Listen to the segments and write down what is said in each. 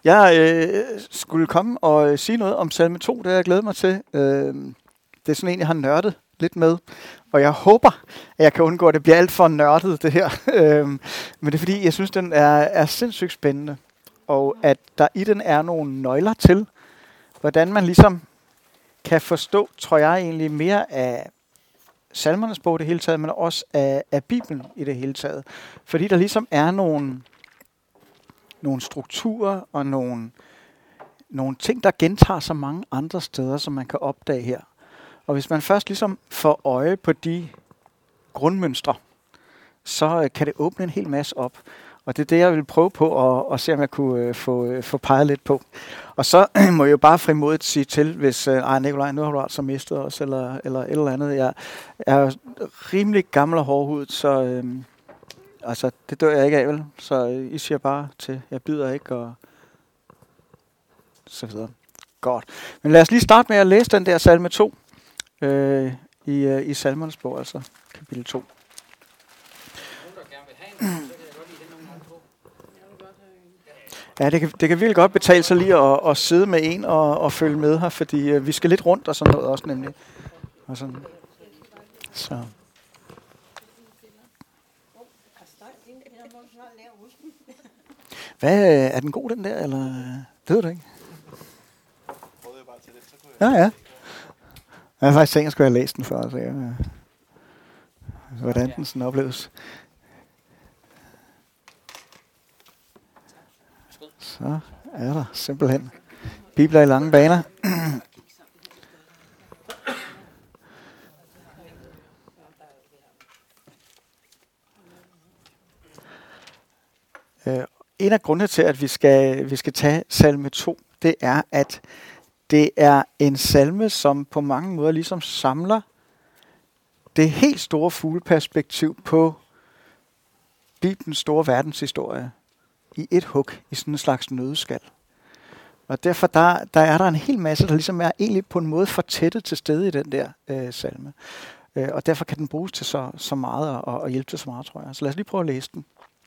Jeg skulle komme og sige noget om salme 2, det har jeg glædet mig til. Det er sådan en, jeg har nørdet lidt med, og jeg håber, at jeg kan undgå, at det bliver alt for nørdet, det her. Men det er fordi, jeg synes, den er sindssygt spændende, og at der i den er nogle nøgler til, hvordan man ligesom kan forstå, tror jeg egentlig, mere af salmernes bog i det hele taget, men også af Bibelen i det hele taget. Fordi der ligesom er nogle strukturer og nogle ting, der gentager sig mange andre steder, som man kan opdage her. Og hvis man først ligesom får øje på de grundmønstre, så kan det åbne en hel masse op. Og det er det, jeg vil prøve på at se, om jeg kunne få peget lidt på. Og så må jeg jo bare frimodigt sige til, hvis Nikolaj, nu har du altså mistet os, eller et eller andet. Jeg er rimelig gammel og hårdhudet, så altså, det dør jeg ikke af, vel? Så I siger bare til, jeg bider ikke, og så videre. Godt. Men lad os lige starte med at læse den der salme 2 i salmernes bog, altså kapitel 2. Ja, det kan virkelig godt betale sig lige at sidde med en og følge med her, fordi vi skal lidt rundt og sådan noget også nemlig. Og sådan. Så. Hvad, er den god den der, eller det ved du ikke? Ja. Jeg har faktisk tænkt, at jeg skulle have læst den før, så hvordan den sådan opleves. Så er der simpelthen bibler i lange baner. En af grundene til, at vi skal tage salme 2, det er, at det er en salme, som på mange måder ligesom samler det helt store fugleperspektiv på Bibelens store verdenshistorie i et hug, i sådan en slags nøddeskal. Og derfor der er der en hel masse, der ligesom er egentlig på en måde fortættet til stede i den der salme. Og derfor kan den bruges til så meget og hjælpe til så meget, tror jeg. Så lad os lige prøve at læse den.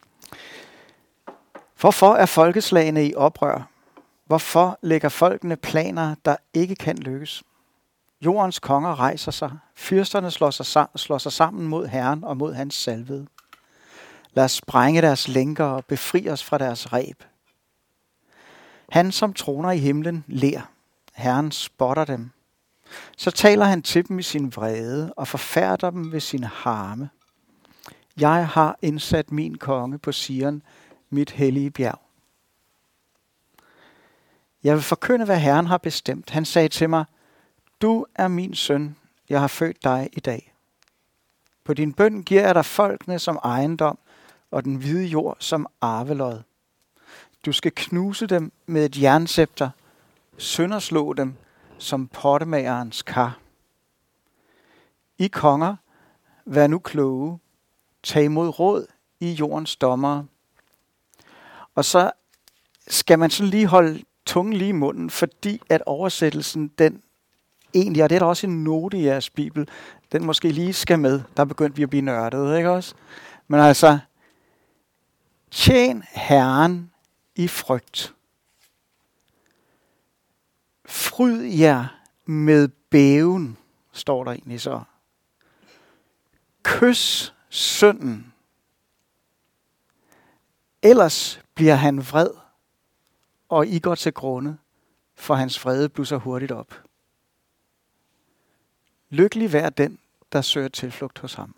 Hvorfor er folkeslagene i oprør? Hvorfor lægger folkene planer, der ikke kan lykkes? Jordens konger rejser sig. Fyrsterne slår sig sammen mod Herren og mod hans salvede. Lad os sprænge deres lænker og befri os fra deres reb. Han, som troner i himlen, ler. Herren spotter dem. Så taler han til dem i sin vrede og forfærder dem ved sin harme. Jeg har indsat min konge på Sion, mit hellige bjerg. Jeg vil forkynde, hvad Herren har bestemt. Han sagde til mig, du er min søn, jeg har født dig i dag. På din bøn giver jeg dig folkene som ejendom, og den hvide jord som arvelod. Du skal knuse dem med et jernscepter, sønderslå dem som pottemagerens kar. I konger, vær nu kloge, tag imod råd i jordens dommere. Og så skal man sådan lige holde tungen lige i munden, fordi at oversættelsen, den egentlig, og det er der også en note i jeres bibel, den måske lige skal med. Der begyndte vi at blive nørdet, ikke også? Men altså, tjen Herren i frygt. Fryd jer med bæven, står der egentlig så. Kys synden. Ellers bliver han vred, og I går til grunde, for hans vrede blusser hurtigt op. Lykkelig vær den, der søger tilflugt hos ham.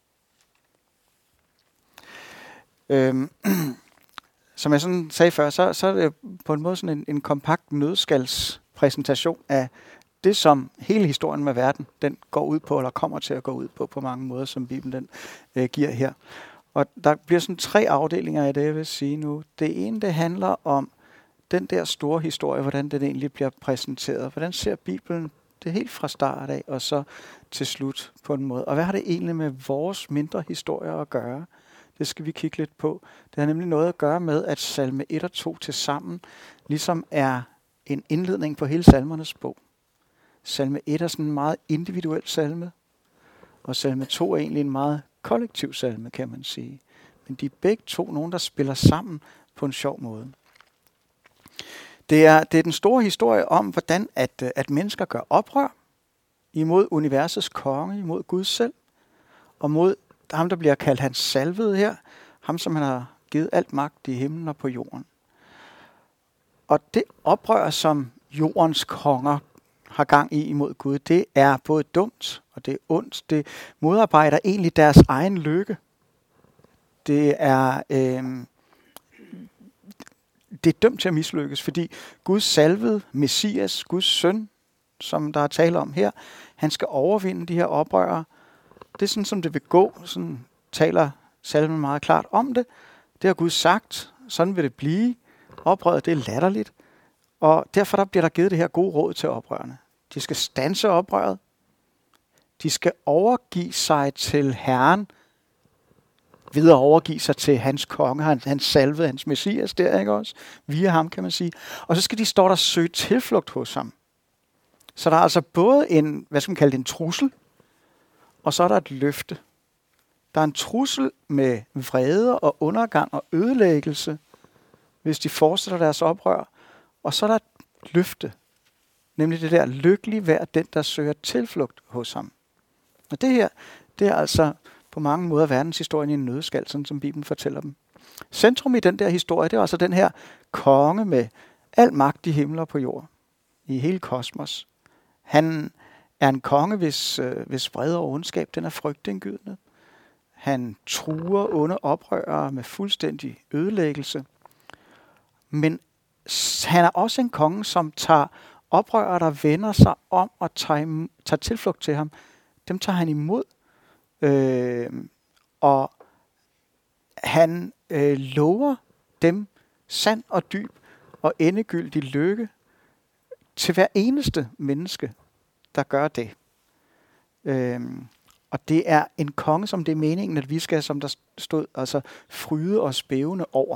Som jeg sådan sagde før, så er det på en måde sådan en kompakt nødskalspræsentation af det, som hele historien med verden, den går ud på, eller kommer til at gå ud på mange måder, som Bibelen den giver her. Og der bliver sådan 3 afdelinger af det, jeg vil sige nu. Det ene, det handler om den der store historie, hvordan den egentlig bliver præsenteret. Hvordan ser Bibelen det helt fra start af, og så til slut på en måde. Og hvad har det egentlig med vores mindre historier at gøre? Det skal vi kigge lidt på. Det har nemlig noget at gøre med, at salme 1 og 2 til sammen ligesom er en indledning på hele salmernes bog. Salme 1 er sådan en meget individuel salme, og salme 2 er egentlig en meget kollektiv salme, kan man sige. Men de er begge to nogen, der spiller sammen på en sjov måde. Det er den store historie om, hvordan at mennesker gør oprør imod universets konge, imod Gud selv, og mod ham, der bliver kaldt hans salvede her, ham, som han har givet alt magt i himlen og på jorden. Og det oprør, som jordens konger har gang i imod Gud, det er både dumt, og det er ondt. Det modarbejder egentlig deres egen lykke. Det er dømt til at mislykkes, fordi Guds salvede, Messias, Guds søn, som der er tale om her, han skal overvinde de her oprørere. Det er sådan, som det vil gå. Sådan taler salmen meget klart om det. Det har Gud sagt. Sådan vil det blive. Oprøret, det er latterligt. Og derfor bliver der givet det her gode råd til oprørerne. De skal standse oprøret. De skal overgive sig til Herren. Videre overgive sig til hans konge, hans salvede, hans messias der, ikke også? Via ham, kan man sige. Og så skal de stå der søge tilflugt hos ham. Så der er altså både en, hvad skal man kalde det, en trussel, og så er der et løfte. Der er en trussel med vrede og undergang og ødelæggelse, hvis de fortsætter deres oprør. Og så er der et løfte, nemlig det der lykkelig vær den, der søger tilflugt hos ham. Og det her, det er altså på mange måder verdenshistorien i en nøddeskal, sådan som Bibelen fortæller dem. Centrum i den der historie, det er altså den her konge med al magt i himmel og på jord, i hele kosmos. Han er en konge, hvis vrede og ondskab, den er frygtindgydende. Han truer onde oprørere med fuldstændig ødelæggelse. Men han er også en konge, som tager oprørere, der vender sig om og tager tilflugt til ham. Dem tager han imod. Og han lover dem sand og dyb og endegyldig lykke til hver eneste menneske, der gør det. Og det er en konge, som det er meningen, at vi skal, som der stod, altså fryde og spævne over.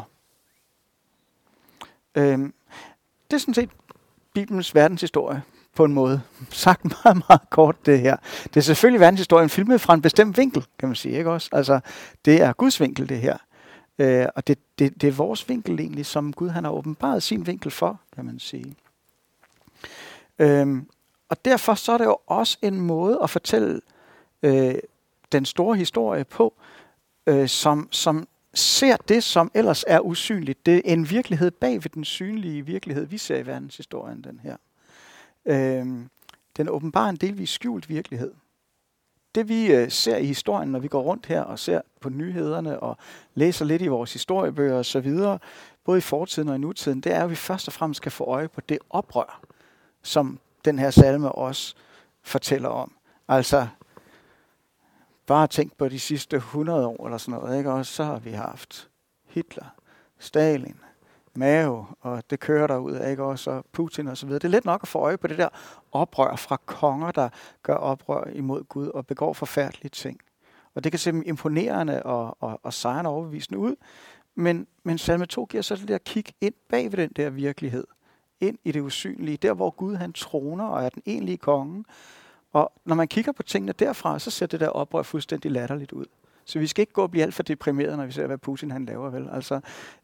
Det er sådan set Bibelens verdenshistorie på en måde. Sagt meget, meget kort det her. Det er selvfølgelig verdenshistorien filmet fra en bestemt vinkel, kan man sige, ikke også? Altså, det er Guds vinkel, det her. Og det er vores vinkel egentlig, som Gud han har åbenbaret sin vinkel for, kan man sige. Og derfor så er det jo også en måde at fortælle den store historie på, som ser det, som ellers er usynligt. Det er en virkelighed bag ved den synlige virkelighed, vi ser i verdenshistorien, den her. Den åbenbarer en delvis skjult virkelighed. Det vi ser i historien, når vi går rundt her og ser på nyhederne og læser lidt i vores historiebøger og så videre, både i fortiden og i nutiden, det er, at vi først og fremmest skal få øje på det oprør, som den her salme også fortæller om. Altså, bare tænk på de sidste 100 år eller sådan noget, ikke? Og så har vi haft Hitler, Stalin, Mao, og det kører derud, ikke? Også og Putin og så videre. Det er let nok at få øje på det der oprør fra konger, der gør oprør imod Gud og begår forfærdelige ting. Og det kan se imponerende og sejrende overbevisende ud, men salme 2 giver så det der kig ind bag ved den der virkelighed, ind i det usynlige, der hvor Gud han troner og er den egentlige konge. Og når man kigger på tingene derfra, så ser det der oprør fuldstændig latterligt ud. Så vi skal ikke gå og blive alt for deprimeret, når vi ser, hvad Putin han laver, vel? Altså,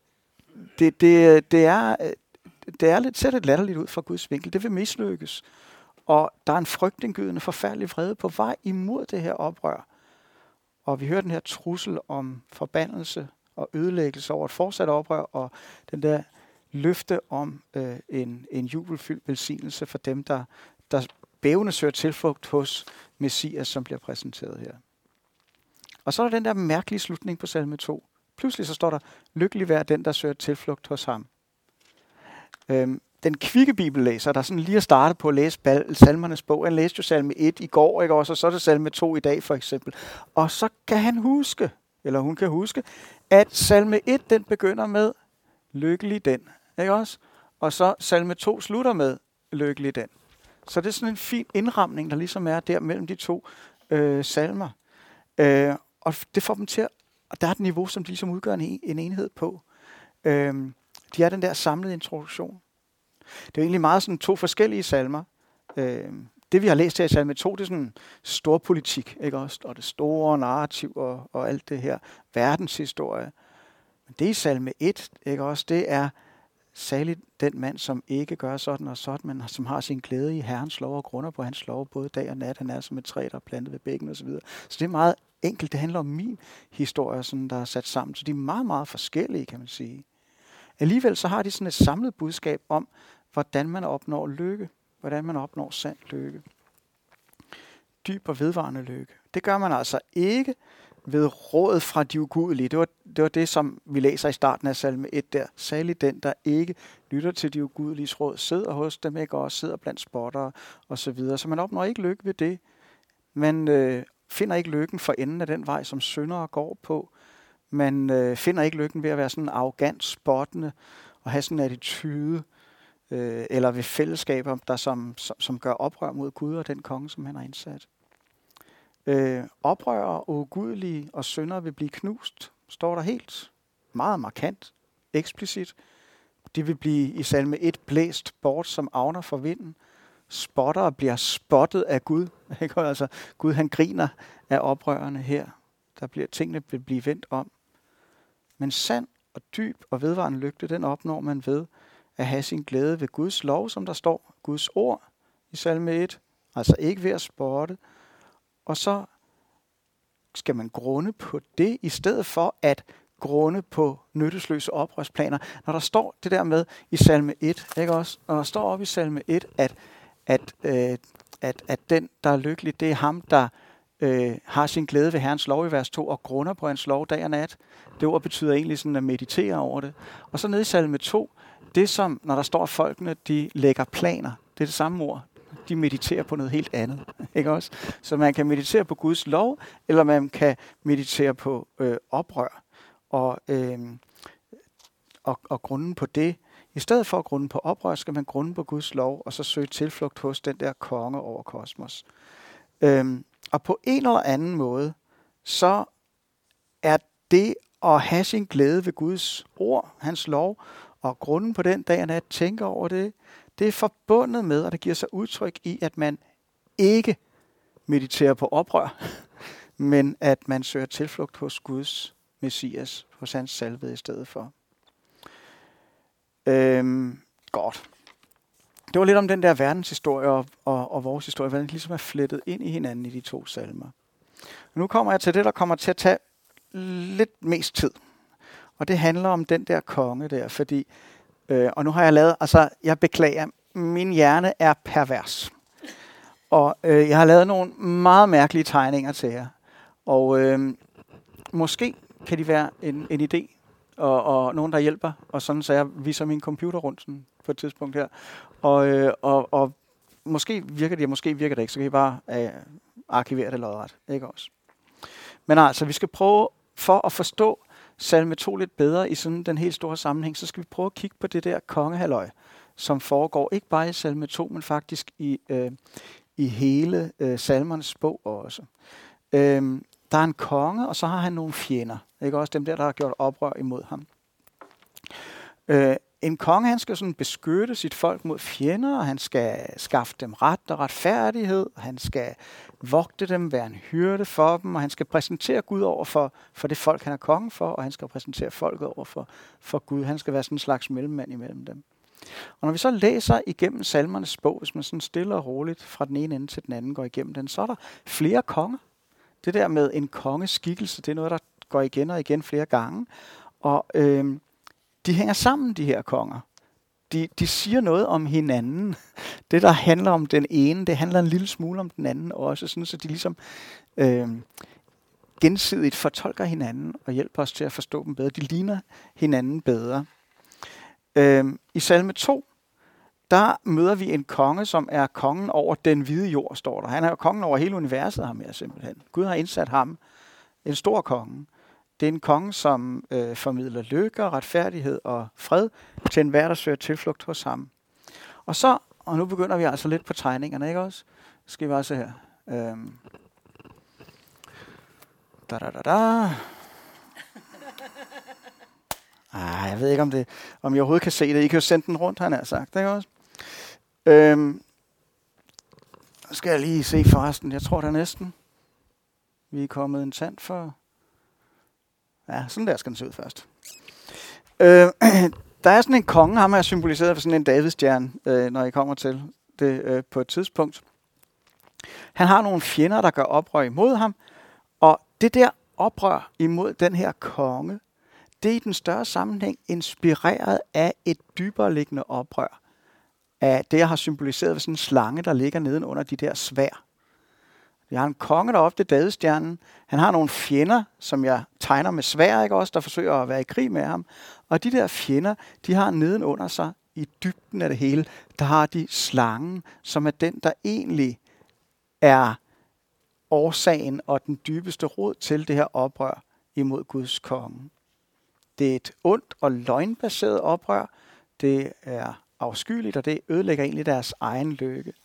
ser lidt latterligt ud fra Guds vinkel. Det vil mislykkes. Og der er en frygtindgydende, forfærdelig vrede på vej imod det her oprør. Og vi hører den her trussel om forbandelse og ødelæggelse over et fortsat oprør, og den der løfte om en jubelfyldt velsignelse for dem, der bævende søger tilflugt hos Messias, som bliver præsenteret her. Og så er der den der mærkelige slutning på salme 2. Pludselig så står der, lykkelig vær den, der søger tilflugt hos ham. Den kvikke bibellæser, der sådan lige har startet på at læse salmernes bog, han læste jo salme 1 i går, ikke også, og så er det salme 2 i dag for eksempel. Og så kan han huske, eller hun kan huske, at salme 1, den begynder med lykkelig den, ikke også? Og så salme 2 slutter med lykkelig den. Så det er sådan en fin indramning, der ligesom er der mellem de to salmer. Og det får dem til og der er et niveau, som de ligesom udgør en enhed på. De er den der samlede introduktion. Det er egentlig meget sådan to forskellige salmer. Det vi har læst her i salme 2, det er sådan stor politik, ikke også? Og det store narrativ og alt det her verdenshistorie. Men det i salme 1, ikke også? Det er Særligt den mand, som ikke gør sådan og sådan, men som har sin glæde i Herrens lov og grunder på hans lov, både dag og nat. Han er som et træ, der er plantet ved bækken osv. Så det er meget enkelt. Det handler om min historie, sådan, der er sat sammen. Så de er meget, meget forskellige, kan man sige. Alligevel så har de sådan et samlet budskab om, hvordan man opnår lykke. Hvordan man opnår sand lykke. Dyb og vedvarende lykke. Det gør man altså ikke ved råd fra de ugudelige. Det var det, som vi læser i starten af salme 1 der. Særligt den, der ikke lytter til de ugudeliges råd, sidder hos dem, ikke, og sidder blandt spottere og så videre. Så man opnår ikke lykke ved det. Man finder ikke lykken for enden af den vej, som syndere går på. Man finder ikke lykken ved at være sådan arrogant, spottende og have sådan en attitude, eller ved fællesskaber, der som gør oprør mod Gud og den konge, som han har indsat. Oprørere og ugudelige og syndere vil blive knust, står der helt meget markant, eksplicit. De vil blive i salme 1 blæst bort som agner for vinden. Spottere bliver spottet af Gud. Altså, Gud han griner af oprørerne her. Tingene vil blive vendt om. Men sand og dyb og vedvarende lykke, den opnår man ved at have sin glæde ved Guds lov, som der står, Guds ord i salme 1. Altså ikke ved at spotte. Og så skal man grunde på det, i stedet for at grunde på nyttesløse oprørsplaner. Når der står det der med i salme 1, ikke også? Og der står op i salme 1, at den, der er lykkelig, det er ham, der har sin glæde ved Herrens lov i vers 2, og grunder på hans lov dag og nat. Det ord betyder egentlig sådan at meditere over det. Og så nede i salme 2, det som, når der står, at folkene, de lægger planer, det er det samme ord. De mediterer på noget helt andet, ikke også? Så man kan meditere på Guds lov, eller man kan meditere på oprør og grunde på det. I stedet for at grunde på oprør, skal man grunde på Guds lov, og så søge tilflugt hos den der konge over kosmos. Og på en eller anden måde, så er det at have sin glæde ved Guds ord, hans lov, og grunden på den dag og nat, tænke over det, det er forbundet med, og det giver sig udtryk i, at man ikke mediterer på oprør, men at man søger tilflugt hos Guds Messias, hos hans salvede i stedet for. Godt. Det var lidt om den der verdenshistorie og vores historie, hvordan det ligesom er flettet ind i hinanden i de to salmer. Nu kommer jeg til det, der kommer til at tage lidt mest tid. Og det handler om den der konge der, fordi, og nu har jeg lavet, altså jeg beklager, min hjerne er pervers. Og jeg har lavet nogle meget mærkelige tegninger til jer. Og måske kan de være en idé, og nogen, der hjælper. Og sådan, så jeg viser min computer rundt sådan, på et tidspunkt her. Og måske virker det, og måske virker det ikke, så kan I bare arkivere det lodret. Ikke også? Men altså, vi skal prøve, for at forstå salme 2 lidt bedre i sådan den helt store sammenhæng, så skal vi prøve at kigge på det der kongehalløj, som foregår ikke bare i salme 2, men faktisk i hele salmernes bog også. Der er en konge, og så har han nogle fjender. Ikke også dem der har gjort oprør imod ham. En konge, han skal sådan beskytte sit folk mod fjender, og han skal skaffe dem ret og retfærdighed, han skal vogte dem, være en hyrde for dem, og han skal præsentere Gud over for det folk, han er konge for, og han skal præsentere folket over for Gud. Han skal være sådan en slags mellemmand imellem dem. Og når vi så læser igennem salmernes bog, hvis man sådan stille og roligt fra den ene ende til den anden går igennem den, så er der flere konger. Det der med en kongeskikkelse, det er noget, der går igen og igen flere gange. Og de hænger sammen, de her konger. De siger noget om hinanden. Det, der handler om den ene, det handler en lille smule om den anden også, sådan, så de ligesom gensidigt fortolker hinanden og hjælper os til at forstå dem bedre. De ligner hinanden bedre. I salme 2, der møder vi en konge, som er kongen over den hvide jord, står der. Han er jo kongen over hele universet, ham her simpelthen. Gud har indsat ham, en stor konge. Det er en konge, som formidler lykke, retfærdighed og fred til enhver, der søger tilflugt hos ham. Og nu begynder vi altså lidt på tegningerne, ikke også? Skal vi bare se her. Jeg ved ikke, om jeg overhovedet kan se det. I kan jo sende den rundt, han har sagt, ikke også? Skal jeg lige se forresten. Jeg tror da næsten, vi er kommet en tand for... Ja, sådan der skal den se ud først. Der er sådan en konge, ham er symboliseret for sådan en Davidstjerne, når I kommer til det på et tidspunkt. Han har nogle fjender, der gør oprør imod ham, og det der oprør imod den her konge, det er i den større sammenhæng inspireret af et dybere liggende oprør. Af det, jeg har symboliseret ved sådan en slange, der ligger nedenunder de der sværd. Jeg har en konge deroppe, det er Davidstjernen. Han har nogle fjender, som jeg tegner med sværd, ikke også, der forsøger at være i krig med ham. Og de der fjender, de har nedenunder sig, i dybden af det hele, der har de slangen, som er den, der egentlig er årsagen og den dybeste rod til det her oprør imod Guds konge. Det er et ondt og løgnbaseret oprør. Det er afskyeligt, og det ødelægger egentlig deres egen lykke.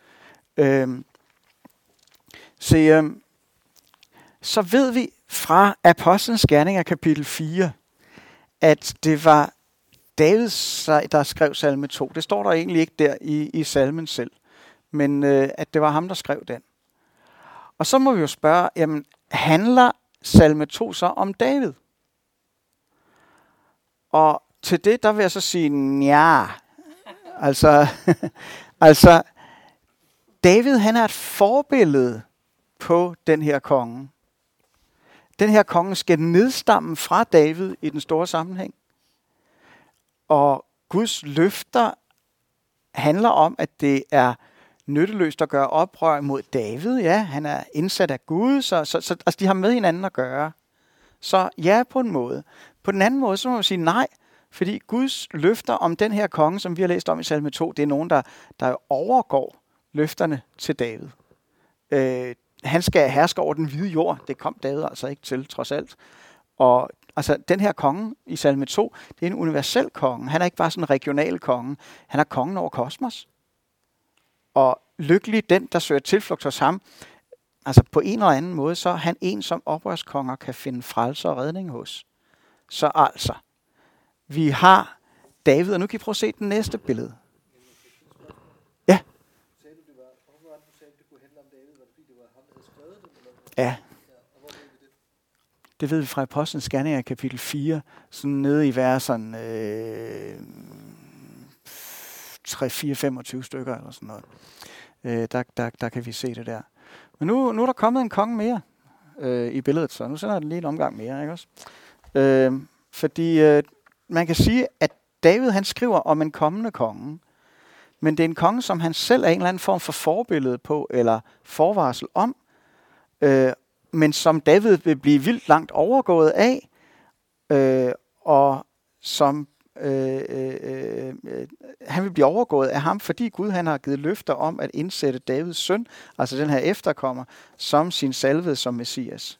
Så ved vi fra Apostlenes Gerninger kapitel 4, at det var David, der skrev salme 2. Det står der egentlig ikke der i salmen selv, men at det var ham, der skrev den. Og så må vi jo spørge, jamen, handler salme 2 så om David? Og til det, der vil jeg så sige, ja. Altså, David, han er et forbillede på den her konge. Den her konge skal nedstamme fra David i den store sammenhæng. Og Guds løfter handler om, at det er nytteløst at gøre oprør mod David. Ja, han er indsat af Gud, så altså, de har med hinanden at gøre. Så ja, på en måde. På den anden måde, så må man sige nej, fordi Guds løfter om den her konge, som vi har læst om i salme 2, det er nogen, der overgår løfterne til David. Han skal herske over den hvide jord. Det kom David altså ikke til, trods alt. Og altså, den her konge i salme 2, det er en universel konge. Han er ikke bare sådan en regional konge. Han er kongen over kosmos. Og lykkelig den, der søger tilflugt hos ham, altså på en eller anden måde, så er han en, som oprørskonger kan finde frelse og redning hos. Så altså, vi har David, og nu kan I prøve at se den næste billede. Ja. Ja. Det ved vi fra Apostlenes Gerninger kapitel 4, sådan nede i verserne 3-4-25 stykker eller sådan noget. Der kan vi se det der. Men nu er der kommet en konge mere i billedet, så nu sender jeg den lige en omgang mere, ikke også? Fordi man kan sige, at David, han skriver om en kommende konge, men det er en konge, som han selv er en eller anden form for forbillede på, eller forvarsel om, men som David vil blive vildt langt overgået af, og som han vil blive overgået af ham, fordi Gud han har givet løfter om at indsætte Davids søn, altså den her efterkommer, som sin salvede som Messias.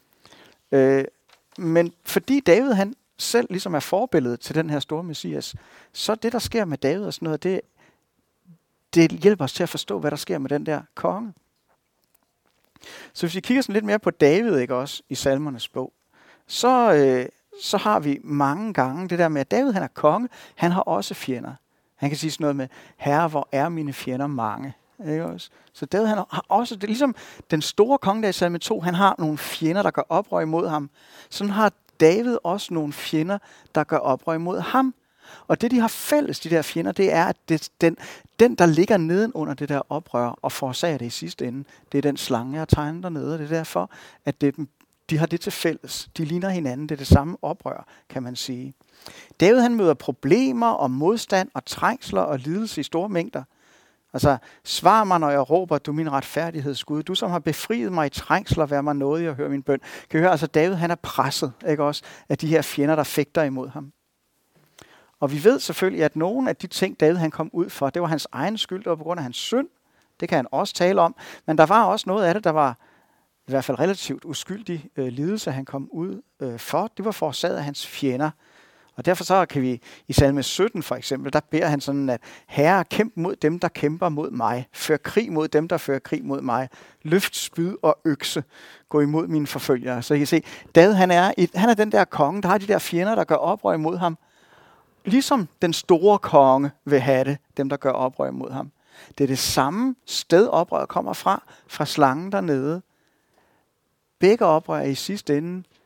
Men fordi David han selv ligesom er forbilledet til den her store Messias, så det der sker med David og sådan noget, det hjælper os til at forstå, hvad der sker med den der konge. Så hvis vi kigger sådan lidt mere på David, ikke også, i salmernes bog, så har vi mange gange det der med, at David han er konge, han har også fjender. Han kan sige sådan noget med, Herre, hvor er mine fjender mange. Ikke også? Så David han har også, det er ligesom den store konge der i salme 2, han har nogle fjender, der gør oprør imod ham. Sådan har David også nogle fjender, der gør oprør imod ham. Og det, de har fælles, de der fjender, det er, at den, der ligger nedenunder det der oprør og forårsager det i sidste ende, det er den slange, jeg tegner dernede. Det er derfor, at de har det til fælles. De ligner hinanden. Det er det samme oprør, kan man sige. David, han møder problemer og modstand og trængsler og lidelse i store mængder. Altså, svar mig, når jeg råber, du min retfærdigheds Gud. Du, som har befriet mig i trængsler, vær mig nådig og hør min bøn. Kan I høre, altså David, han er presset, ikke også, af de her fjender, der fægter imod ham. Og vi ved selvfølgelig, at nogle af de ting, David han kom ud for, det var hans egen skyld, det var på grund af hans synd. Det kan han også tale om. Men der var også noget af det, der var i hvert fald relativt uskyldig lidelse, han kom ud for. Det var forårsaget af hans fjender. Og derfor så kan vi i salme 17 for eksempel, der beder han sådan, at Herre, kæmp mod dem, der kæmper mod mig. Før krig mod dem, der fører krig mod mig. Løft spyd og økse. Gå imod mine forfølgere. Så I kan se, David han er den der konge, der har de der fjender, der gør oprør imod ham. Ligesom den store konge vil have det, dem der gør oprør imod ham. Det er det samme sted oprøret kommer fra slangen dernede. Begge oprør er i sidste ende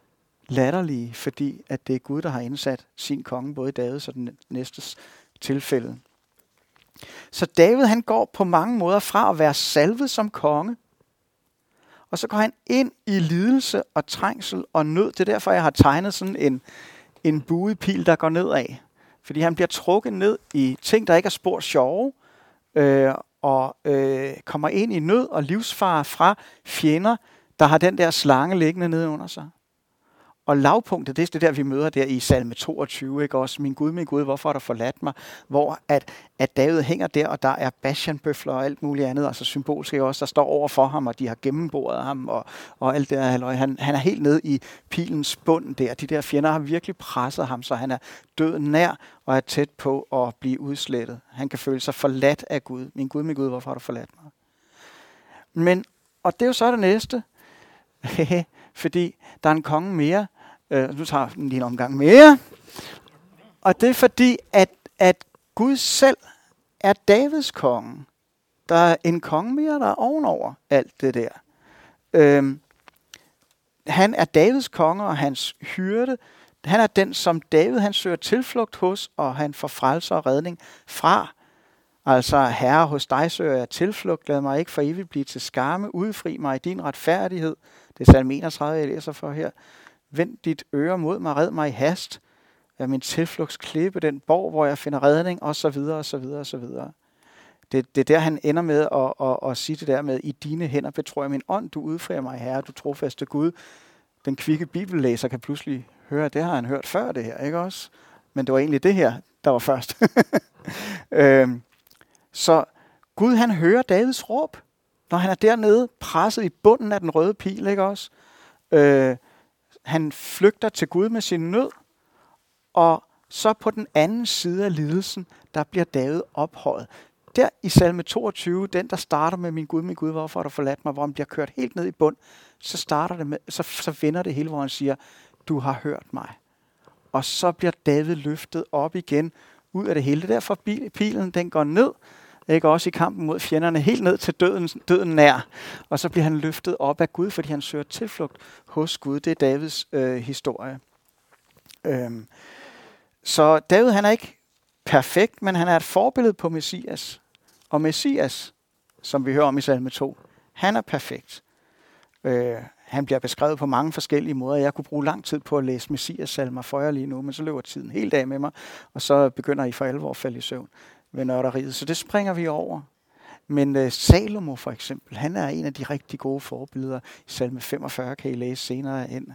latterlige, fordi at det er Gud, der har indsat sin konge, både i Davids og den næstes tilfælde. Så David, han går på mange måder fra at være salvet som konge, og så går han ind i lidelse og trængsel og nød. Det er derfor, jeg har tegnet sådan en buet pil, der går nedad. Fordi han bliver trukket ned i ting, der ikke er spor sjove, og kommer ind i nød og livsfare fra fjender, der har den der slange liggende nede under sig. Og lavpunktet, det er det der, vi møder der i salme 22, ikke også? Min Gud, hvorfor har du forladt mig? Hvor at David hænger der, og der er bashanbøfler og alt muligt andet, altså symbolsk også, der står over for ham, og de har gennemboret ham, og alt det der. Han er helt nede i pilens bund der. De der fjender har virkelig presset ham, så han er død nær, og er tæt på at blive udslettet. Han kan føle sig forladt af Gud. Min Gud, hvorfor har du forladt mig? Men, og det er jo så det næste, fordi der er en konge mere. Nu tager jeg lige en omgang mere. Og det er fordi, at Gud selv er Davids konge. Der er en konge mere, der er ovenover alt det der. Han er Davids konge og hans hyrde. Han er den, som David han søger tilflugt hos, og han får frelse og redning fra. Altså, Herre, hos dig søger jeg tilflugt. Lad mig ikke for evigt blive til skamme. Udfri mig i din retfærdighed. Det er salme 31, jeg læser for her. Vend dit øre mod mig, red mig i hast. Vær min tilflugtsklippe, den borg, hvor jeg finder redning, og så videre, og så videre, og så videre. Det er der, han ender med at sige det der med, i dine hænder betror jeg min ånd, du udfrier mig, Herre, du trofaste Gud. Den kvikke bibellæser kan pludselig høre, det har han hørt før det her, ikke også? Men det var egentlig det her, der var først. Så Gud, han hører Davids råb, når han er dernede, presset i bunden af den røde pil, ikke også? Han flygter til Gud med sin nød, og så på den anden side af lidelsen, der bliver David ophøjet. Der i salme 22, den der starter med min Gud, hvorfor har du forladt mig, hvor han bliver kørt helt ned i bund, så starter det med, så vender det hele, hvor han siger, du har hørt mig. Og så bliver David løftet op igen ud af det hele. Det er derfor pilen, den går ned, ikke også i kampen mod fjenderne, helt ned til døden nær. Og så bliver han løftet op af Gud, fordi han søger tilflugt hos Gud. Det er Davids historie. Så David, han er ikke perfekt, men han er et forbillede på Messias. Og Messias, som vi hører om i salme 2, han er perfekt. Han bliver beskrevet på mange forskellige måder. Jeg kunne bruge lang tid på at læse Messias-salmer for jer lige nu, men så løber tiden helt af med mig, og så begynder I for alvor at falde i søvn ved nørderiet. Så det springer vi over. Men Salomo for eksempel, han er en af de rigtig gode forbilleder. I salme 45 kan I læse senere ind.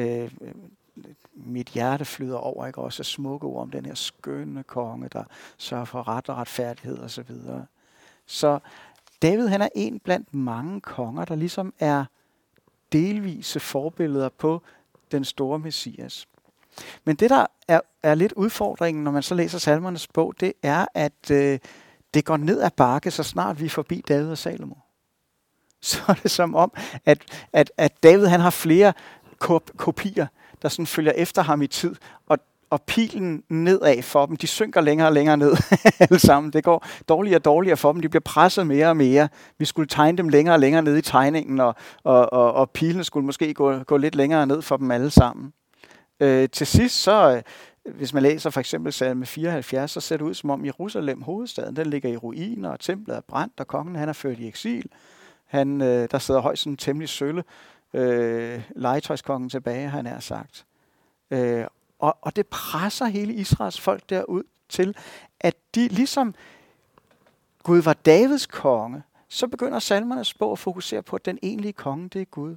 Mit hjerte flyder over, ikke også, smukke ord om den her skønne konge, der sørger for ret og retfærdighed og så videre. Så David, han er en blandt mange konger, der ligesom er delvise forbilleder på den store Messias. Men det, der er lidt udfordringen, når man så læser salmernes bog, det er, at det går ned ad bakke, så snart vi er forbi David og Salomo. Så er det som om, at David han har flere kopier, der sådan følger efter ham i tid, og pilen nedad for dem, de synker længere og længere ned alle sammen. Det går dårligere og dårligere for dem, de bliver presset mere og mere. Vi skulle tegne dem længere og længere ned i tegningen, og pilen skulle måske gå lidt længere ned for dem alle sammen. Til sidst så, hvis man læser for eksempel salme 74, så ser det ud som om Jerusalem, hovedstaden, den ligger i ruiner, og templet er brændt, og kongen han er ført i eksil. Der sidder højst sådan temmelig sølle legetøjskongen tilbage, han er sagt. Og det presser hele Israels folk derud til, at de ligesom Gud var Davids konge, så begynder salmernes bog at fokusere på, at den egentlige konge, det er Gud.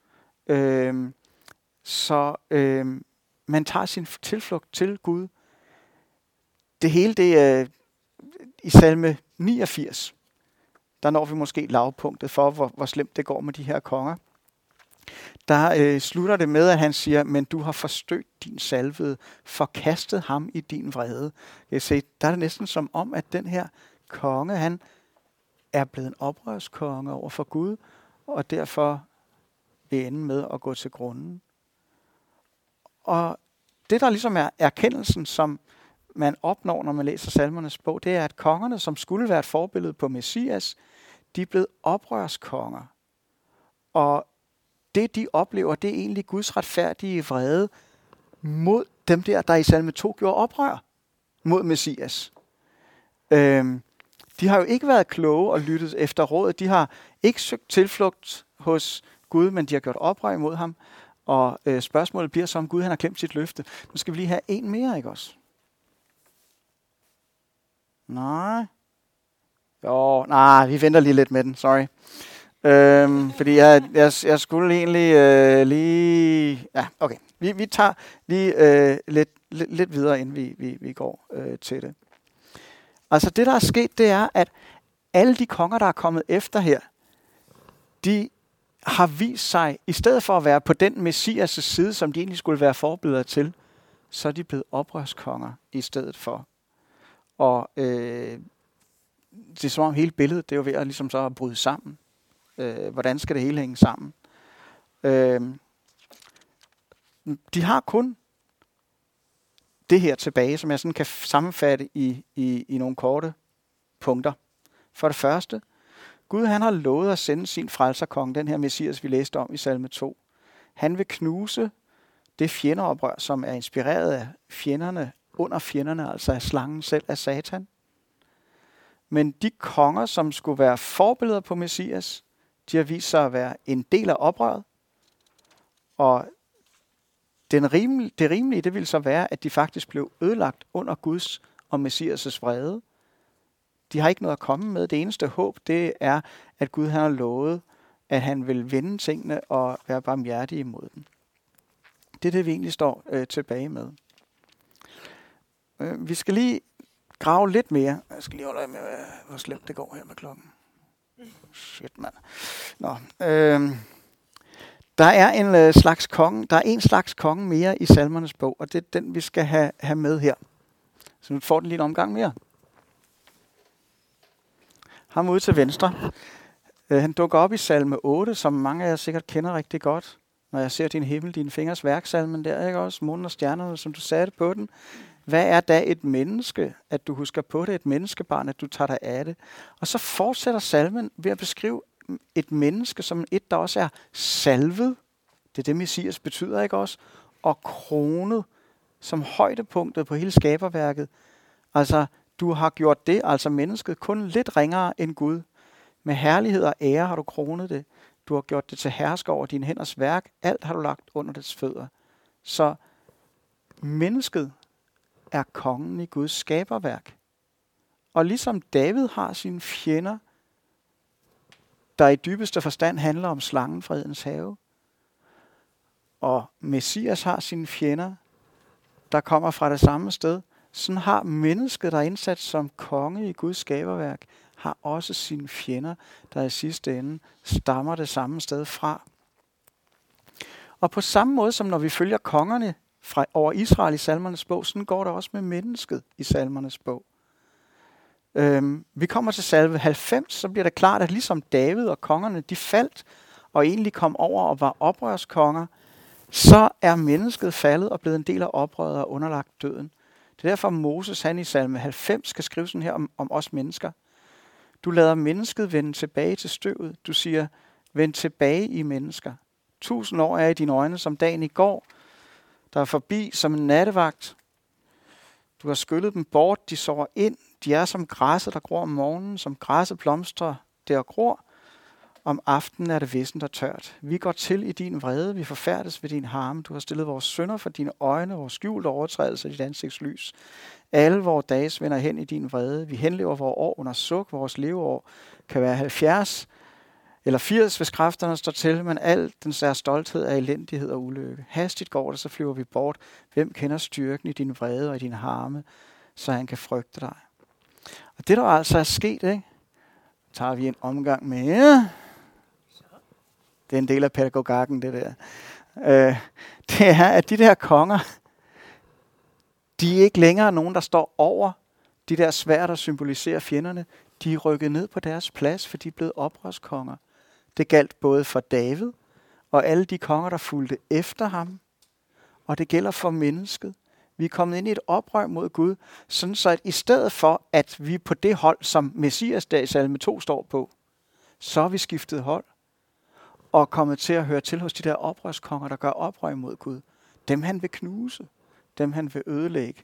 Man tager sin tilflugt til Gud. Det hele, det er i salme 89. Der når vi måske lavpunktet for, hvor slemt det går med de her konger. Der slutter det med, at han siger, men du har forstødt din salvede, forkastet ham i din vrede. Jeg siger, der er det næsten som om, at den her konge, han er blevet en oprørskonge over for Gud, og derfor vil ende med at gå til grunden. Og det, der ligesom er erkendelsen, som man opnår, når man læser salmernes bog, det er, at kongerne, som skulle være et forbillede på Messias, de er blevet oprørskonger. Og det de oplever, det er egentlig Guds retfærdige vrede mod dem der i salme 2 gjorde oprør mod Messias. De har jo ikke været kloge og lyttet efter rådet. De har ikke søgt tilflugt hos Gud, men de har gjort oprør imod ham. Og spørgsmålet bliver så, om Gud han har glemt sit løfte. Nu skal vi lige have en mere, ikke også? Nej. Jo, nej, vi venter lige lidt med den, sorry. Fordi jeg skulle egentlig lige... Ja, okay. Vi tager lige lidt videre, inden vi går til det. Altså det, der er sket, det er, at alle de konger, der er kommet efter her, de har vist sig, i stedet for at være på den Messias' side, som de egentlig skulle være forbilleder til, så er de blevet oprørskonger i stedet for. Og det er som om hele billedet, det er jo ved at, ligesom så at bryde sammen. Hvordan skal det hele hænge sammen? De har kun det her tilbage, som jeg sådan kan sammenfatte i nogle korte punkter. For det første, Gud han har lovet at sende sin frelserkonge, den her Messias, vi læste om i salme 2. Han vil knuse det fjendeoprør, som er inspireret af fjenderne, under fjenderne, altså af slangen selv, af Satan. Men de konger, som skulle være forbilleder på Messias, de har vist sig at være en del af oprøret. Og det rimelige, det ville så være, at de faktisk blev ødelagt under Guds og Messias' vrede. De har ikke noget at komme med. Det eneste håb, det er, at Gud har lovet, at han vil vende tingene og være barmhjertig imod dem. Det er det, vi egentlig står tilbage med. Vi skal lige grave lidt mere. Jeg skal lige holde øje med, hvor slemt det går her med klokken. Shit, mand. Nå, der er en slags konge. Der er en slags konge mere i Salmernes bog, og det er den, vi skal have med her. Så nu får den lige en omgang mere. Ham ude til venstre. Han dukker op i salme 8, som mange af jer sikkert kender rigtig godt. Når jeg ser din himmel, dine fingers værk, salmen der, ikke også? Månen og stjernerne, som du satte på den. Hvad er da et menneske, at du husker på det? Et menneskebarn, at du tager dig af det? Og så fortsætter salmen ved at beskrive et menneske som et, der også er salvet. Det er det, Messias betyder, ikke også? Og kronet som højdepunktet på hele skaberværket. Altså, du har gjort det, altså mennesket, kun lidt ringere end Gud. Med herlighed og ære har du kronet det. Du har gjort det til hersker over dine hænders værk. Alt har du lagt under dets fødder. Så mennesket er kongen i Guds skaberværk. Og ligesom David har sine fjender, der i dybeste forstand handler om slangen fra Edens have, og Messias har sine fjender, der kommer fra det samme sted, sådan har mennesket, der er indsat som konge i Guds skaberværk, har også sine fjender, der i sidste ende stammer det samme sted fra. Og på samme måde som når vi følger kongerne over Israel i Salmernes bog, sådan går det også med mennesket i Salmernes bog. Vi kommer til salme 90, så bliver det klart, at ligesom David og kongerne, de faldt og egentlig kom over og var oprørskonger, så er mennesket faldet og blevet en del af oprøret og underlagt døden. Det er derfor Moses, han i salme 90 skal skrive sådan her om os mennesker. Du lader mennesket vende tilbage til støvet. Du siger, vend tilbage i mennesker. 1000 år er i dine øjne som dagen i går, der er forbi som en nattevagt. Du har skyllet dem bort, de sover ind. De er som græsset, der gror om morgenen, som græsset blomstrer, der gror. Om aftenen er det vissent og tørt. Vi går til i din vrede, vi forfærdes ved din harme. Du har stillet vores synder for dine øjne, vores skjulte overtrædelser i dit ansigtslys. Alle vores dage vender hen i din vrede. Vi henlever vores år under suk. Vores leveår kan være 70 eller 80, hvis kræfterne står til, men al den sær stolthed er elendighed og ulykke. Hastigt går det, så flyver vi bort. Hvem kender styrken i din vrede og i din harme, så han kan frygte dig? Og det, der altså er sket, ikke? Tager vi en omgang med. Det er en del af pædagogakken, det der. Det er, at de der konger, de er ikke længere nogen, der står over de der sværd, der symboliserer fjenderne. De er rykket ned på deres plads, for de er blevet oprørskonger. Det galt både for David og alle de konger, der fulgte efter ham. Og det gælder for mennesket. Vi er kommet ind i et oprør mod Gud, sådan så at i stedet for, at vi er på det hold, som Messias der i salme 2 står på, så har vi skiftet hold. og kommet til at høre til hos de der oprørskonger, der gør oprør imod Gud. Dem han vil knuse. Dem han vil ødelægge.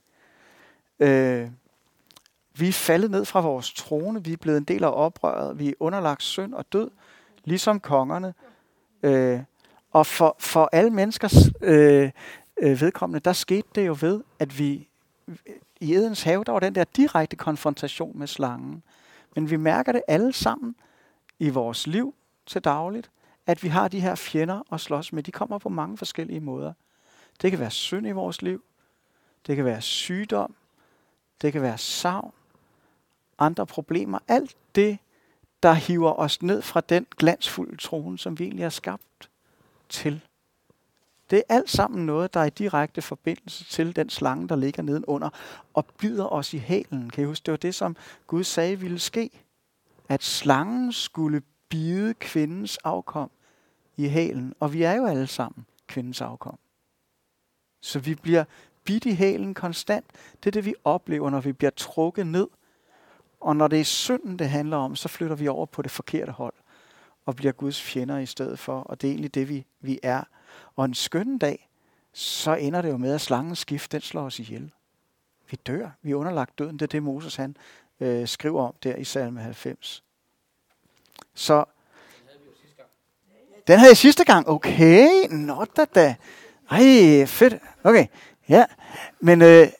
Vi er faldet ned fra vores trone. Vi er blevet en del af oprøret. Vi er underlagt synd og død, ligesom kongerne. Og for alle menneskers vedkommende, der skete det jo ved, at vi i Edens have, der var den der direkte konfrontation med slangen. Men vi mærker det alle sammen i vores liv til dagligt, at vi har de her fjender at slås med. De kommer på mange forskellige måder. Det kan være synd i vores liv. Det kan være sygdom. Det kan være savn. Andre problemer. Alt det, der hiver os ned fra den glansfulde trone, som vi egentlig er skabt til. Det er alt sammen noget, der er i direkte forbindelse til den slange, der ligger nedenunder og bider os i hælen. Kan I huske, det var det, som Gud sagde ville ske? At slangen skulle bide kvindens afkom i hælen. Og vi er jo alle sammen kvindens afkom. Så vi bliver bidt i hælen konstant. Det er det, vi oplever, når vi bliver trukket ned. Og når det er synden, det handler om, så flytter vi over på det forkerte hold. Og bliver Guds fjender i stedet for. Og det er egentlig det, vi er. Og en skøn dag, så ender det jo med, at slangens gift, den slår os ihjel. Vi dør. Vi er underlagt døden. Det er det, Moses han skriver om der i Salme 90. Så den havde jeg sidste gang. Okay, not da. Ej, fedt. Okay, ja. Men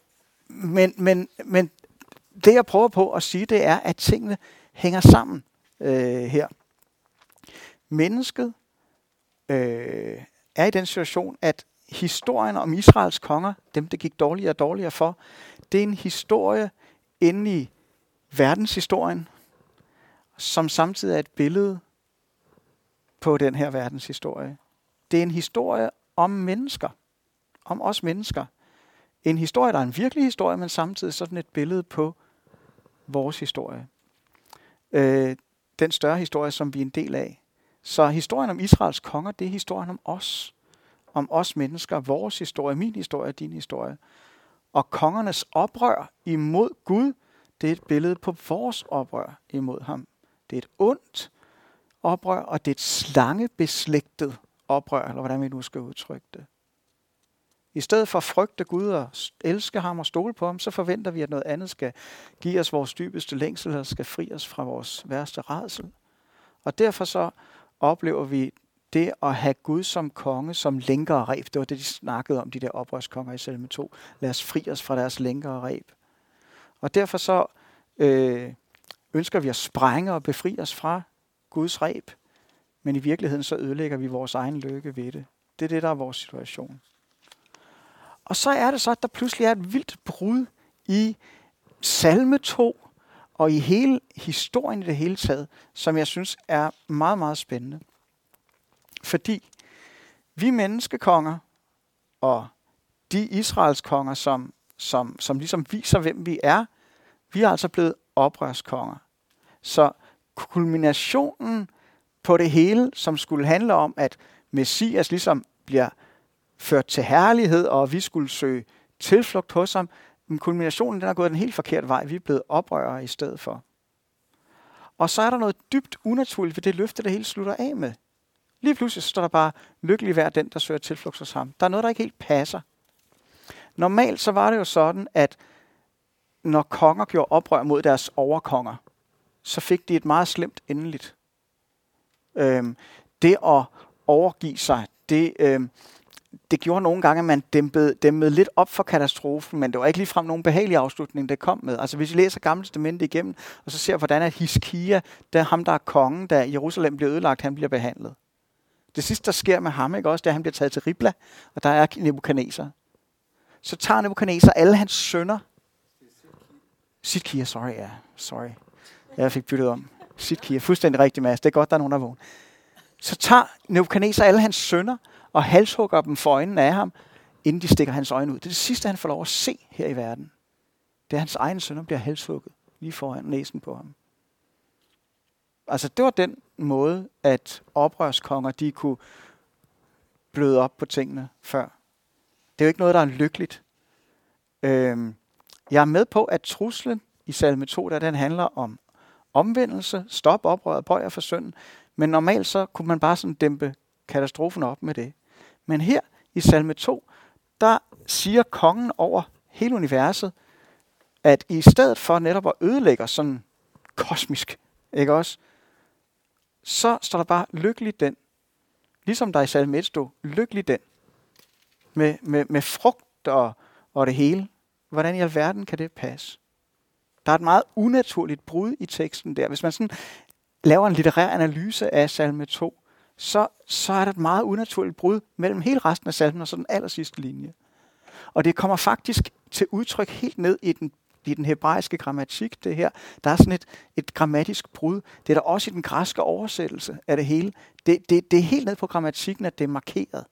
det jeg prøver på at sige, det er, at tingene hænger sammen her. Mennesket er i den situation, at historien om Israels konger, dem det gik dårligere og dårligere for, det er en historie inde i verdenshistorien, som samtidig er et billede på den her verdenshistorie. Det er en historie om mennesker, om os mennesker. En historie, der er en virkelig historie, men samtidig sådan et billede på vores historie. Den større historie, som vi er en del af. Så historien om Israels konger, det er historien om os. Om os mennesker, vores historie, min historie, din historie. Og kongernes oprør imod Gud, det er et billede på vores oprør imod ham. Det er et ondt oprør, og det er et slangebeslægtet oprør, eller hvordan vi nu skal udtrykke det. I stedet for at frygte Gud og elske ham og stole på ham, så forventer vi, at noget andet skal give os vores dybeste længsel, eller skal fri os fra vores værste rædsel. Og derfor så oplever vi det at have Gud som konge, som lænker og reb. Det var det, de snakkede om, de der oprørskonger i Salme 2. Lad os fri os fra deres lænker og reb. Og derfor så ønsker vi at sprænge og befri os fra Guds reb. Men i virkeligheden så ødelægger vi vores egen lykke ved det. Det er det, der er vores situation. Og så er det så, at der pludselig er et vildt brud i Salme 2 og i hele historien i det hele taget, som jeg synes er meget, meget spændende. Fordi vi menneskekonger og de Israels konger, som ligesom viser, hvem vi er altså blevet oprørskonger. Så kulminationen på det hele, som skulle handle om, at Messias ligesom bliver ført til herlighed, og vi skulle søge tilflugt hos ham, men kulminationen den er gået den helt forkerte vej. Vi er blevet oprørere i stedet for. Og så er der noget dybt unaturligt ved det løfte, det hele slutter af med. Lige pludselig står der bare, lykkelig vær den, der søger tilflugt hos ham. Der er noget, der ikke helt passer. Normalt så var det jo sådan, at når konger gjorde oprør mod deres overkonger, så fik de et meget slemt endeligt. Det at overgive sig, det gjorde nogle gange, at man dæmmede lidt op for katastrofen, men det var ikke ligefrem nogen behagelig afslutning, det kom med. Altså hvis I læser Gamle Testamentet igennem, og så ser, hvordan at Hiskia, der ham, der er kongen, da Jerusalem bliver ødelagt, han bliver behandlet. Det sidste, der sker med ham, ikke også, det er, at han bliver taget til Ribla, og der er Nebukadneser. Så tager Nebukadneser alle hans sønner. Sidkia, sorry. Jeg fik byttet om. Sidkia, fuldstændig rigtig, Mads. Det er godt, der er nogen, der er vågen. Så tager Nebukadneser alle hans sønner, og halshugger dem for øjnene af ham, inden de stikker hans øjne ud. Det er det sidste, han får lov at se her i verden. Det er, hans egen sønner bliver halshugget lige foran næsen på ham. Altså, det var den måde, at oprørskonger, de kunne bløde op på tingene før. Det er jo ikke noget, der er lykkeligt. Jeg er med på, at truslen i Salme 2, der den handler om omvendelse, stop oprøret, bøj jer for synden. Men normalt så kunne man bare sådan dæmpe katastrofen op med det. Men her i salme 2, der siger kongen over hele universet, at i stedet for netop at ødelægge sådan kosmisk, ikke også, så står der bare, lykkelig den. Ligesom der i salme 1 stod, lykkelig den. Med frugt og det hele. Hvordan i alverden kan det passe? Der er et meget unaturligt brud i teksten der. Hvis man sådan laver en litterær analyse af salme 2, så er der et meget unaturligt brud mellem hele resten af salmen og så den allersidste linje. Og det kommer faktisk til udtryk helt ned i den hebraiske grammatik, det her. Der er sådan et grammatisk brud. Det er der også i den græske oversættelse af det hele. Det er helt ned på grammatikken, at det er markeret.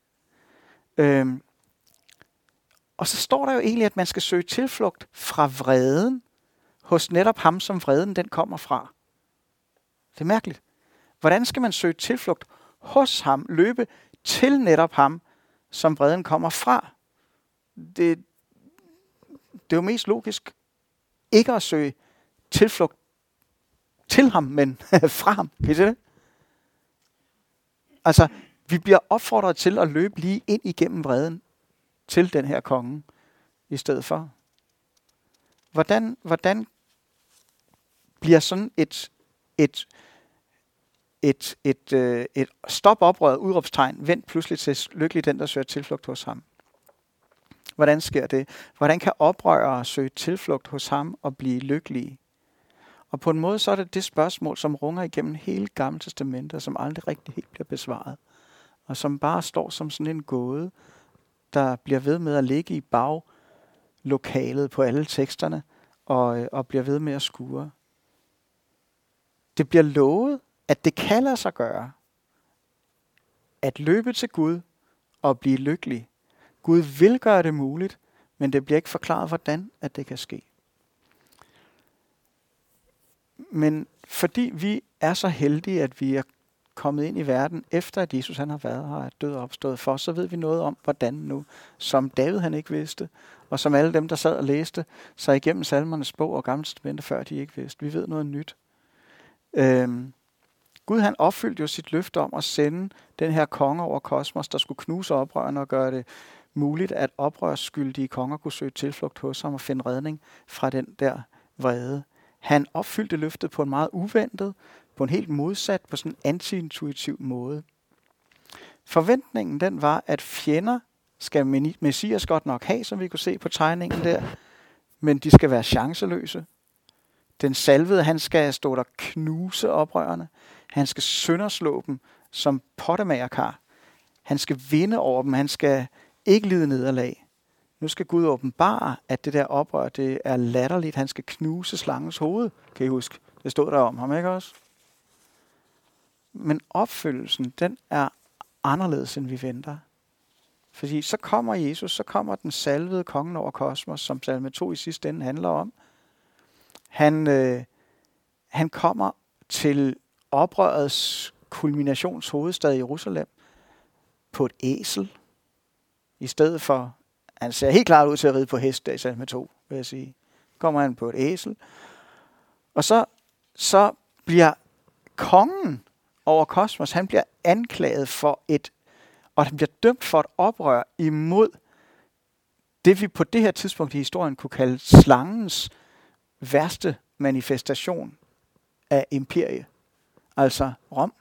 Og så står der jo egentlig, at man skal søge tilflugt fra vreden hos netop ham, som vreden den kommer fra. Det er mærkeligt. Hvordan skal man søge tilflugt hos ham, løbe til netop ham, som vreden kommer fra? Det er jo mest logisk ikke at søge tilflugt til ham, men fra ham. Kan I se det? Altså, vi bliver opfordret til at løbe lige ind igennem vreden til den her konge i stedet for. Hvordan bliver sådan et stop oprøret udråbstegn vendt pludselig til lykkelig den, der søger tilflugt hos ham? Hvordan sker det? Hvordan kan oprørere søge tilflugt hos ham og blive lykkelige? Og på en måde så er det spørgsmål, som runger igennem hele Gamle Testamentet, som aldrig rigtig helt bliver besvaret. Og som bare står som sådan en gåde, der bliver ved med at ligge i baglokalet på alle teksterne, og bliver ved med at skure. Det bliver lovet, at det kan lade sig gøre, at løbe til Gud og blive lykkelig. Gud vil gøre det muligt, men det bliver ikke forklaret, hvordan at det kan ske. Men fordi vi er så heldige, at vi er kommet ind i verden, efter at Jesus han har været her og er død og opstået for, så ved vi noget om, hvordan nu, som David han ikke vidste, og som alle dem, der sad og læste sig igennem salmernes bog og Gamle Testamentet, før de ikke vidste. Vi ved noget nyt. Gud han opfyldte jo sit løfte om at sende den her konge over kosmos, der skulle knuse oprørerne og gøre det muligt, at oprørsskyldige konger kunne søge tilflugt hos ham og finde redning fra den der vrede. Han opfyldte løftet på en meget uventet, på en helt modsat, på sådan en anti-intuitiv måde. Forventningen den var, at fjender skal Messias godt nok have, som vi kunne se på tegningen der, men de skal være chanceløse. Den salvede, han skal stå der knuse oprørerne. Han skal sønderslå dem som pottemagerkar. Han skal vinde over dem. Han skal ikke lide nederlag. Nu skal Gud åbenbare, at det der oprør, det er latterligt. Han skal knuse slangens hoved, kan I huske. Det stod der om ham, ikke også? Men opfyldelsen, den er anderledes, end vi venter. Fordi så kommer Jesus, så kommer den salvede kongen over kosmos, som salme 2 i sidste ende handler om. Han kommer til oprørets kulminationshovedstad i Jerusalem på et æsel. I stedet for, han ser helt klart ud til at ride på hest der i salme 2, vil jeg sige. Kommer han på et æsel. Og så bliver kongen over kosmos, han bliver anklaget for og han bliver dømt for et oprør imod det, vi på det her tidspunkt i historien kunne kalde slangens værste manifestation af imperie. Altså Rom.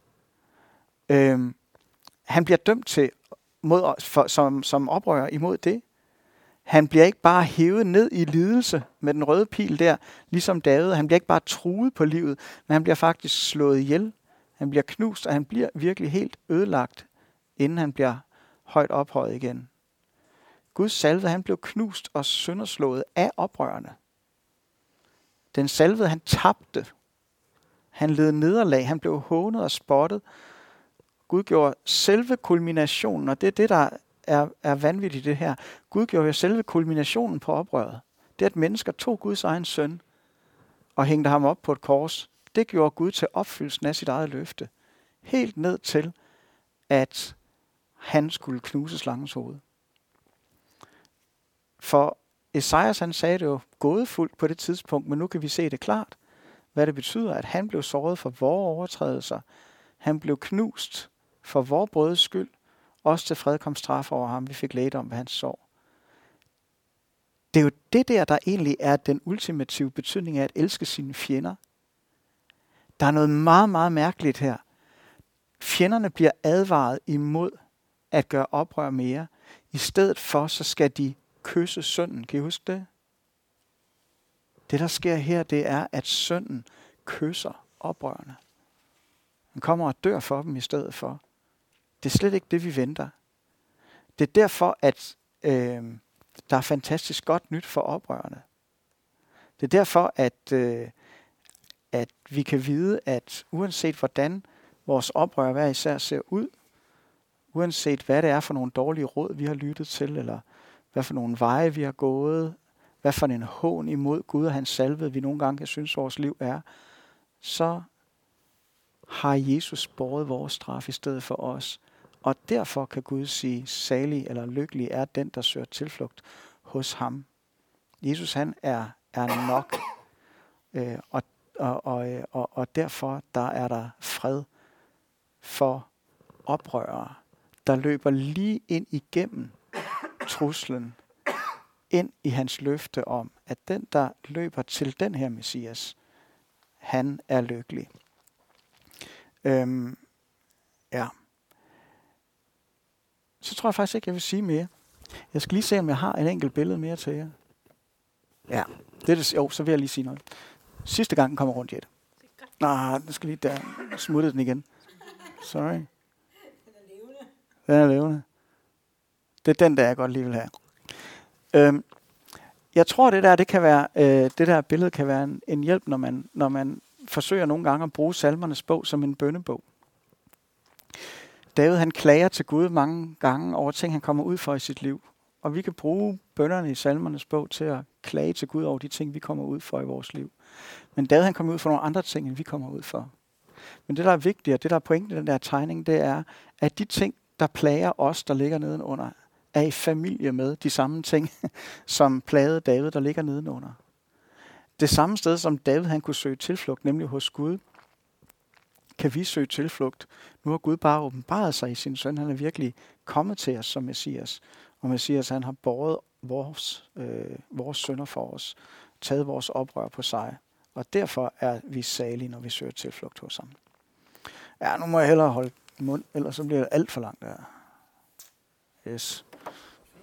Han bliver dømt til som oprører imod det. Han bliver ikke bare hævet ned i lidelse med den røde pil der, ligesom David. Han bliver ikke bare truet på livet, men han bliver faktisk slået ihjel. Han bliver knust, og han bliver virkelig helt ødelagt, inden han bliver højt ophøjet igen. Guds salvede, han blev knust og sønderslået af oprørerne. Den salvede, han tabte. Han led nederlag. Han blev hånet og spottet. Gud gjorde selve kulminationen, og det er det, der er vanvittigt i det her. Gud gjorde jo selve kulminationen på oprøret. Det, at mennesker tog Guds egen søn og hængte ham op på et kors, det gjorde Gud til opfyldelsen af sit eget løfte. Helt ned til, at han skulle knuse slangens hoved. For Esajas, han sagde det jo gådefuldt på det tidspunkt, men nu kan vi se det klart. hvad det betyder, at han blev såret for vores overtrædelser. Han blev knust for vores brøds skyld. Også til fred kom straf over ham. Vi fik lægedom ved hans sår. Det er jo det der egentlig er den ultimative betydning af at elske sine fjender. Der er noget meget, meget mærkeligt her. Fjenderne bliver advaret imod at gøre oprør mere. I stedet for, så skal de kysse synden. Kan I huske det? Det, der sker her, det er, at synden kysser oprørerne. Han kommer og dør for dem i stedet for. Det er slet ikke det, vi venter. Det er derfor, at der er fantastisk godt nyt for oprørerne. Det er derfor, at vi kan vide, at uanset hvordan vores oprør hver især ser ud, uanset hvad det er for nogle dårlige råd, vi har lyttet til, eller hvad for nogle veje, vi har gået, hvad for en hån imod Gud og hans salvede, vi nogle gange kan synes, vores liv er, så har Jesus båret vores straf i stedet for os. Og derfor kan Gud sige, salig eller lykkelig er den, der søger tilflugt hos ham. Jesus, han er nok. Og derfor der er der fred for oprørere, der løber lige ind igennem truslen, ind i hans løfte om, at den, der løber til den her Messias, han er lykkelig. Ja. Så tror jeg faktisk ikke, jeg vil sige mere. Jeg skal lige se, om jeg har et enkelt billede mere til jer. Ja, så vil jeg lige sige noget. Sidste gang den kommer rundt i det. Nej, den skal lige der. Smuttede den igen. Sorry. Den er levende. Det er den, der jeg godt lige vil have. Jeg tror, det kan være, det der billede kan være en hjælp, når man forsøger nogle gange at bruge salmernes bog som en bønnebog. David, han klager til Gud mange gange over ting, han kommer ud for i sit liv. Og vi kan bruge bønnerne i salmernes bog til at klage til Gud over de ting, vi kommer ud for i vores liv. Men David, han kommer ud for nogle andre ting, end vi kommer ud for. Men det, der er vigtigt, og det, der er pointen i den der tegning, det er, at de ting, der plager os, der ligger nedenunder, er i familie med de samme ting, som plagede David, der ligger nedenunder. Det samme sted, som David han kunne søge tilflugt, nemlig hos Gud, kan vi søge tilflugt. Nu har Gud bare åbenbaret sig i sin søn. Han er virkelig kommet til os som Messias. Og Messias, han har båret vores synder for os, taget vores oprør på sig. Og derfor er vi salige, når vi søger tilflugt hos ham. Ja, nu må jeg hellere holde mund, ellers så bliver det alt for langt der. Yes.